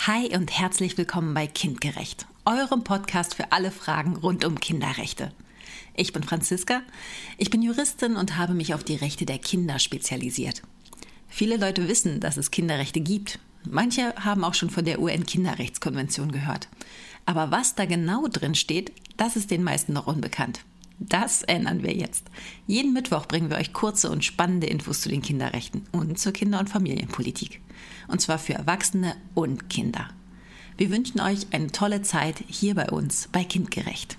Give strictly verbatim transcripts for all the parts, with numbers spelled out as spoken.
Hi und herzlich willkommen bei Kindgerecht, eurem Podcast für alle Fragen rund um Kinderrechte. Ich bin Franziska, ich bin Juristin und habe mich auf die Rechte der Kinder spezialisiert. Viele Leute wissen, dass es Kinderrechte gibt. Manche haben auch schon von der U N-Kinderrechtskonvention gehört. Aber was da genau drin steht, das ist den meisten noch unbekannt. Das ändern wir jetzt. Jeden Mittwoch bringen wir euch kurze und spannende Infos zu den Kinderrechten und zur Kinder- und Familienpolitik. Und zwar für Erwachsene und Kinder. Wir wünschen euch eine tolle Zeit hier bei uns bei Kindgerecht.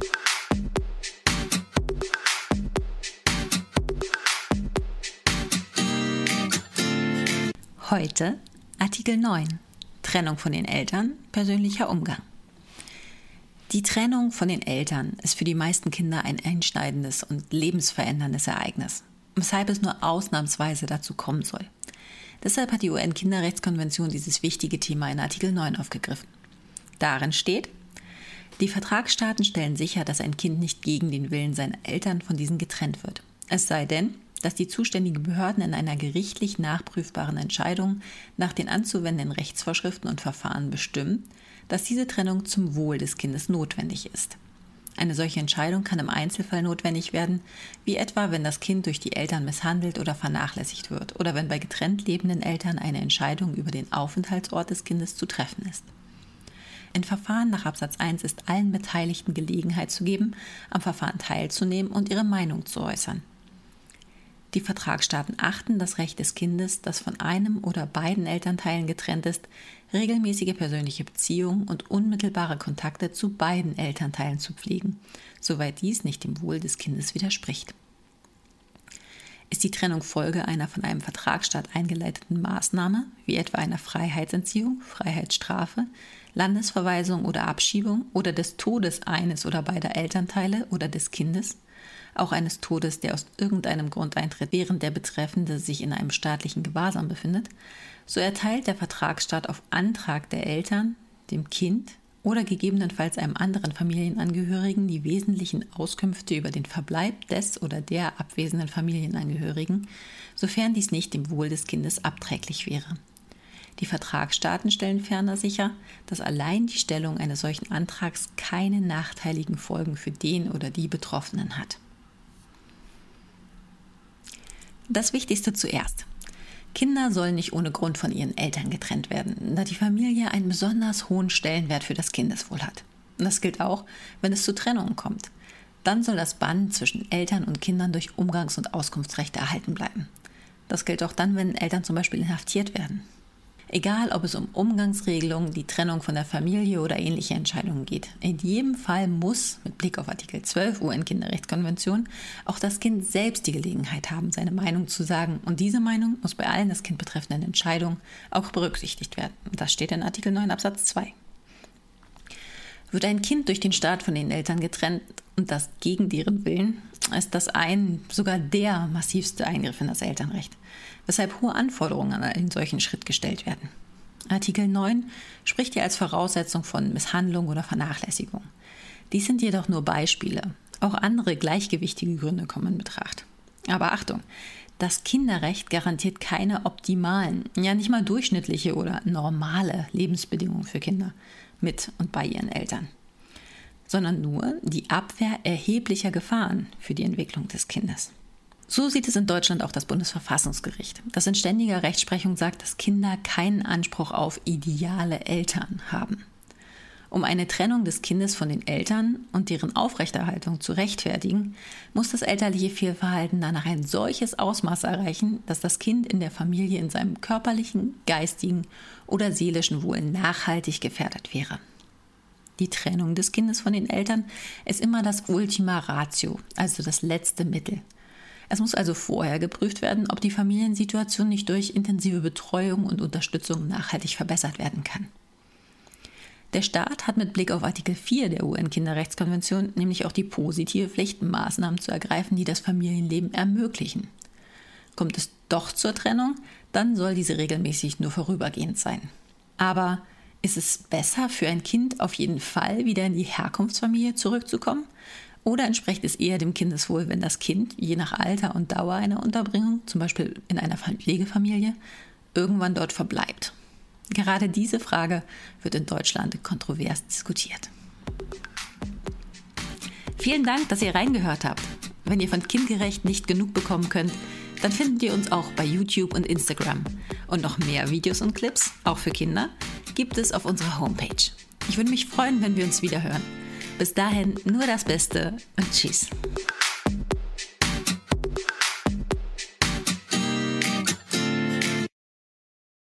Heute Artikel neun. Trennung von den Eltern, persönlicher Umgang. Die Trennung von den Eltern ist für die meisten Kinder ein einschneidendes und lebensveränderndes Ereignis, weshalb es nur ausnahmsweise dazu kommen soll. Deshalb hat die U N-Kinderrechtskonvention dieses wichtige Thema in Artikel neun aufgegriffen. Darin steht: Die Vertragsstaaten stellen sicher, dass ein Kind nicht gegen den Willen seiner Eltern von diesen getrennt wird. Es sei denn, dass die zuständigen Behörden in einer gerichtlich nachprüfbaren Entscheidung nach den anzuwendenden Rechtsvorschriften und Verfahren bestimmen, dass diese Trennung zum Wohl des Kindes notwendig ist. Eine solche Entscheidung kann im Einzelfall notwendig werden, wie etwa, wenn das Kind durch die Eltern misshandelt oder vernachlässigt wird oder wenn bei getrennt lebenden Eltern eine Entscheidung über den Aufenthaltsort des Kindes zu treffen ist. In Verfahren nach Absatz eins ist allen Beteiligten Gelegenheit zu geben, am Verfahren teilzunehmen und ihre Meinung zu äußern. Die Vertragsstaaten achten das Recht des Kindes, das von einem oder beiden Elternteilen getrennt ist, regelmäßige persönliche Beziehungen und unmittelbare Kontakte zu beiden Elternteilen zu pflegen, soweit dies nicht dem Wohl des Kindes widerspricht. Ist die Trennung Folge einer von einem Vertragsstaat eingeleiteten Maßnahme, wie etwa einer Freiheitsentziehung, Freiheitsstrafe, Landesverweisung oder Abschiebung oder des Todes eines oder beider Elternteile oder des Kindes, auch eines Todes, der aus irgendeinem Grund eintritt, während der Betreffende sich in einem staatlichen Gewahrsam befindet, so erteilt der Vertragsstaat auf Antrag der Eltern, dem Kind oder gegebenenfalls einem anderen Familienangehörigen die wesentlichen Auskünfte über den Verbleib des oder der abwesenden Familienangehörigen, sofern dies nicht dem Wohl des Kindes abträglich wäre. Die Vertragsstaaten stellen ferner sicher, dass allein die Stellung eines solchen Antrags keine nachteiligen Folgen für den oder die Betroffenen hat. Das Wichtigste zuerst. Kinder sollen nicht ohne Grund von ihren Eltern getrennt werden, da die Familie einen besonders hohen Stellenwert für das Kindeswohl hat. Und das gilt auch, wenn es zu Trennungen kommt. Dann soll das Band zwischen Eltern und Kindern durch Umgangs- und Auskunftsrechte erhalten bleiben. Das gilt auch dann, wenn Eltern zum Beispiel inhaftiert werden. Egal, ob es um Umgangsregelungen, die Trennung von der Familie oder ähnliche Entscheidungen geht. In jedem Fall muss, mit Blick auf Artikel zwölf U N-Kinderrechtskonvention, auch das Kind selbst die Gelegenheit haben, seine Meinung zu sagen. Und diese Meinung muss bei allen das Kind betreffenden Entscheidungen auch berücksichtigt werden. Das steht in Artikel neun Absatz zwei. Wird ein Kind durch den Staat von den Eltern getrennt und das gegen deren Willen, ist das ein, sogar der massivste Eingriff in das Elternrecht, weshalb hohe Anforderungen an einen solchen Schritt gestellt werden. Artikel neun spricht hier als Voraussetzung von Misshandlung oder Vernachlässigung. Dies sind jedoch nur Beispiele. Auch andere gleichgewichtige Gründe kommen in Betracht. Aber Achtung, das Kinderrecht garantiert keine optimalen, ja nicht mal durchschnittliche oder normale Lebensbedingungen für Kinder mit und bei ihren Eltern, sondern nur die Abwehr erheblicher Gefahren für die Entwicklung des Kindes. So sieht es in Deutschland auch das Bundesverfassungsgericht, das in ständiger Rechtsprechung sagt, dass Kinder keinen Anspruch auf ideale Eltern haben. Um eine Trennung des Kindes von den Eltern und deren Aufrechterhaltung zu rechtfertigen, muss das elterliche Fehlverhalten danach ein solches Ausmaß erreichen, dass das Kind in der Familie in seinem körperlichen, geistigen oder seelischen Wohl nachhaltig gefährdet wäre. Die Trennung des Kindes von den Eltern ist immer das Ultima Ratio, also das letzte Mittel. Es muss also vorher geprüft werden, ob die Familiensituation nicht durch intensive Betreuung und Unterstützung nachhaltig verbessert werden kann. Der Staat hat mit Blick auf Artikel vier der U N-Kinderrechtskonvention nämlich auch die positive Pflicht, Maßnahmen zu ergreifen, die das Familienleben ermöglichen. Kommt es doch zur Trennung, dann soll diese regelmäßig nur vorübergehend sein. Aber ist es besser für ein Kind auf jeden Fall wieder in die Herkunftsfamilie zurückzukommen? Oder entspricht es eher dem Kindeswohl, wenn das Kind, je nach Alter und Dauer einer Unterbringung, zum Beispiel in einer Pflegefamilie, irgendwann dort verbleibt? Gerade diese Frage wird in Deutschland kontrovers diskutiert. Vielen Dank, dass ihr reingehört habt. Wenn ihr von Kindgerecht nicht genug bekommen könnt, dann findet ihr uns auch bei YouTube und Instagram. Und noch mehr Videos und Clips, auch für Kinder, gibt es auf unserer Homepage. Ich würde mich freuen, wenn wir uns wieder hören. Bis dahin nur das Beste und tschüss.